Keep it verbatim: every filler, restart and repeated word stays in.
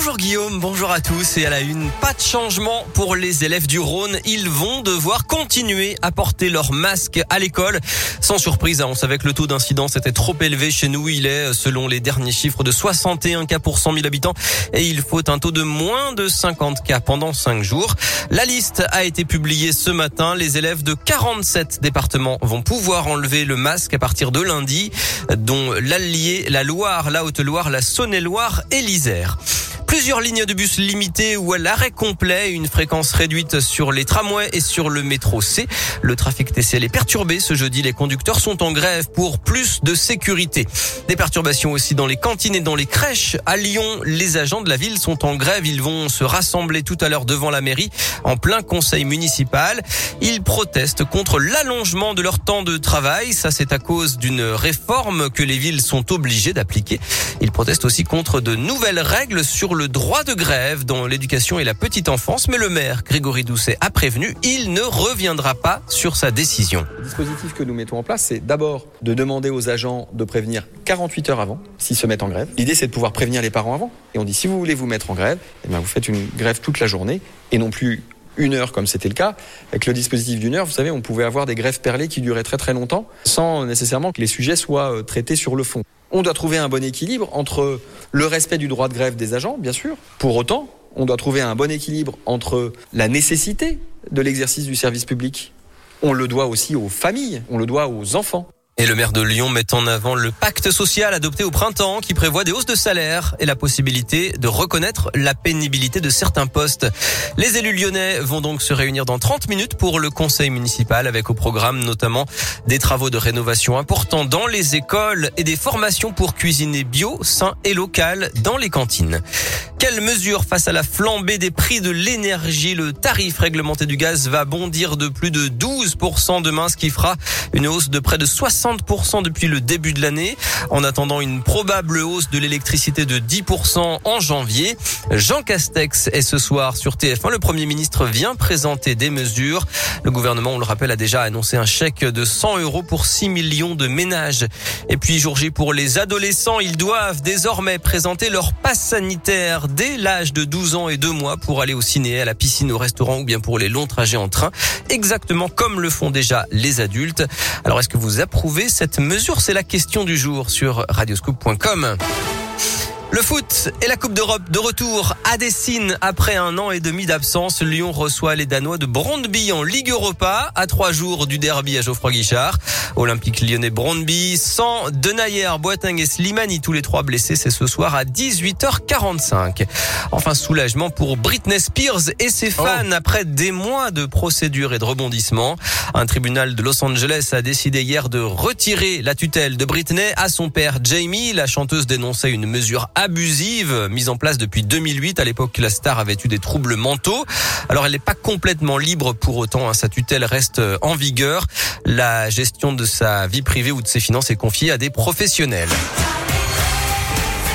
Bonjour Guillaume, bonjour à tous et à la une. Pas de changement pour les élèves du Rhône. Ils vont devoir continuer à porter leur masque à l'école. Sans surprise, on savait que le taux d'incidence était trop élevé chez nous. Il est, selon les derniers chiffres, de soixante et un cas pour cent mille habitants et il faut un taux de moins de cinquante cas pendant cinq jours. La liste a été publiée ce matin. Les élèves de quarante-sept départements vont pouvoir enlever le masque à partir de lundi, dont l'Allier, la Loire, la Haute-Loire, la Saône-et-Loire et l'Isère. Plusieurs lignes de bus limitées ou à l'arrêt complet, une fréquence réduite sur les tramways et sur le métro C. Le trafic T C L est perturbé ce jeudi. Les conducteurs sont en grève pour plus de sécurité. Des perturbations aussi dans les cantines et dans les crèches. À Lyon, les agents de la ville sont en grève. Ils vont se rassembler tout à l'heure devant la mairie en plein conseil municipal. Ils protestent contre l'allongement de leur temps de travail. Ça, c'est à cause d'une réforme que les villes sont obligées d'appliquer. Ils protestent aussi contre de nouvelles règles sur le le droit de grève dans l'éducation et la petite enfance, mais le maire Grégory Doucet a prévenu, il ne reviendra pas sur sa décision. Le dispositif que nous mettons en place, c'est d'abord de demander aux agents de prévenir quarante-huit heures avant s'ils se mettent en grève. L'idée, c'est de pouvoir prévenir les parents avant. Et on dit, si vous voulez vous mettre en grève, eh bien, vous faites une grève toute la journée et non plus une heure comme c'était le cas. Avec le dispositif d'une heure, vous savez, on pouvait avoir des grèves perlées qui duraient très très longtemps sans nécessairement que les sujets soient traités sur le fond. On doit trouver un bon équilibre entre le respect du droit de grève des agents, bien sûr. Pour autant, on doit trouver un bon équilibre entre la nécessité de l'exercice du service public. On le doit aussi aux familles, on le doit aux enfants. Et le maire de Lyon met en avant le pacte social adopté au printemps qui prévoit des hausses de salaire et la possibilité de reconnaître la pénibilité de certains postes. Les élus lyonnais vont donc se réunir dans trente minutes pour le conseil municipal avec au programme notamment des travaux de rénovation importants dans les écoles et des formations pour cuisiner bio, sain et local dans les cantines. Quelles mesures face à la flambée des prix de l'énergie? Le tarif réglementé du gaz va bondir de plus de douze pour cent demain, ce qui fera une hausse de près de soixante pour cent depuis le début de l'année. En attendant une probable hausse de l'électricité de dix pour cent en janvier. Jean Castex est ce soir sur T F un. Le Premier ministre vient présenter des mesures. Le gouvernement, on le rappelle, a déjà annoncé un chèque de cent euros pour six millions de ménages. Et puis, jour J pour les adolescents, ils doivent désormais présenter leur passe sanitaire dès l'âge de douze ans et deux mois pour aller au ciné, à la piscine, au restaurant ou bien pour les longs trajets en train, exactement comme le font déjà les adultes. Alors, est-ce que vous approuvez cette mesure? C'est la question du jour sur radioscoop point com. Le foot et la Coupe d'Europe de retour à Dessine après un an et demi d'absence. Lyon reçoit les Danois de Brøndby en Ligue Europa à trois jours du derby à Geoffroy Guichard. Olympique lyonnais Brøndby sans Denayer, Boateng et Slimani, tous les trois blessés. C'est ce soir à dix-huit heures quarante-cinq. Enfin, soulagement pour Britney Spears et ses fans oh. après des mois de procédures et de rebondissements. Un tribunal de Los Angeles a décidé hier de retirer la tutelle de Britney à son père Jamie. La chanteuse dénonçait une mesure abusive mise en place depuis deux mille huit. À l'époque, la star avait eu des troubles mentaux. Alors, elle n'est pas complètement libre pour autant. Hein. Sa tutelle reste en vigueur. La gestion de sa vie privée ou de ses finances est confiée à des professionnels.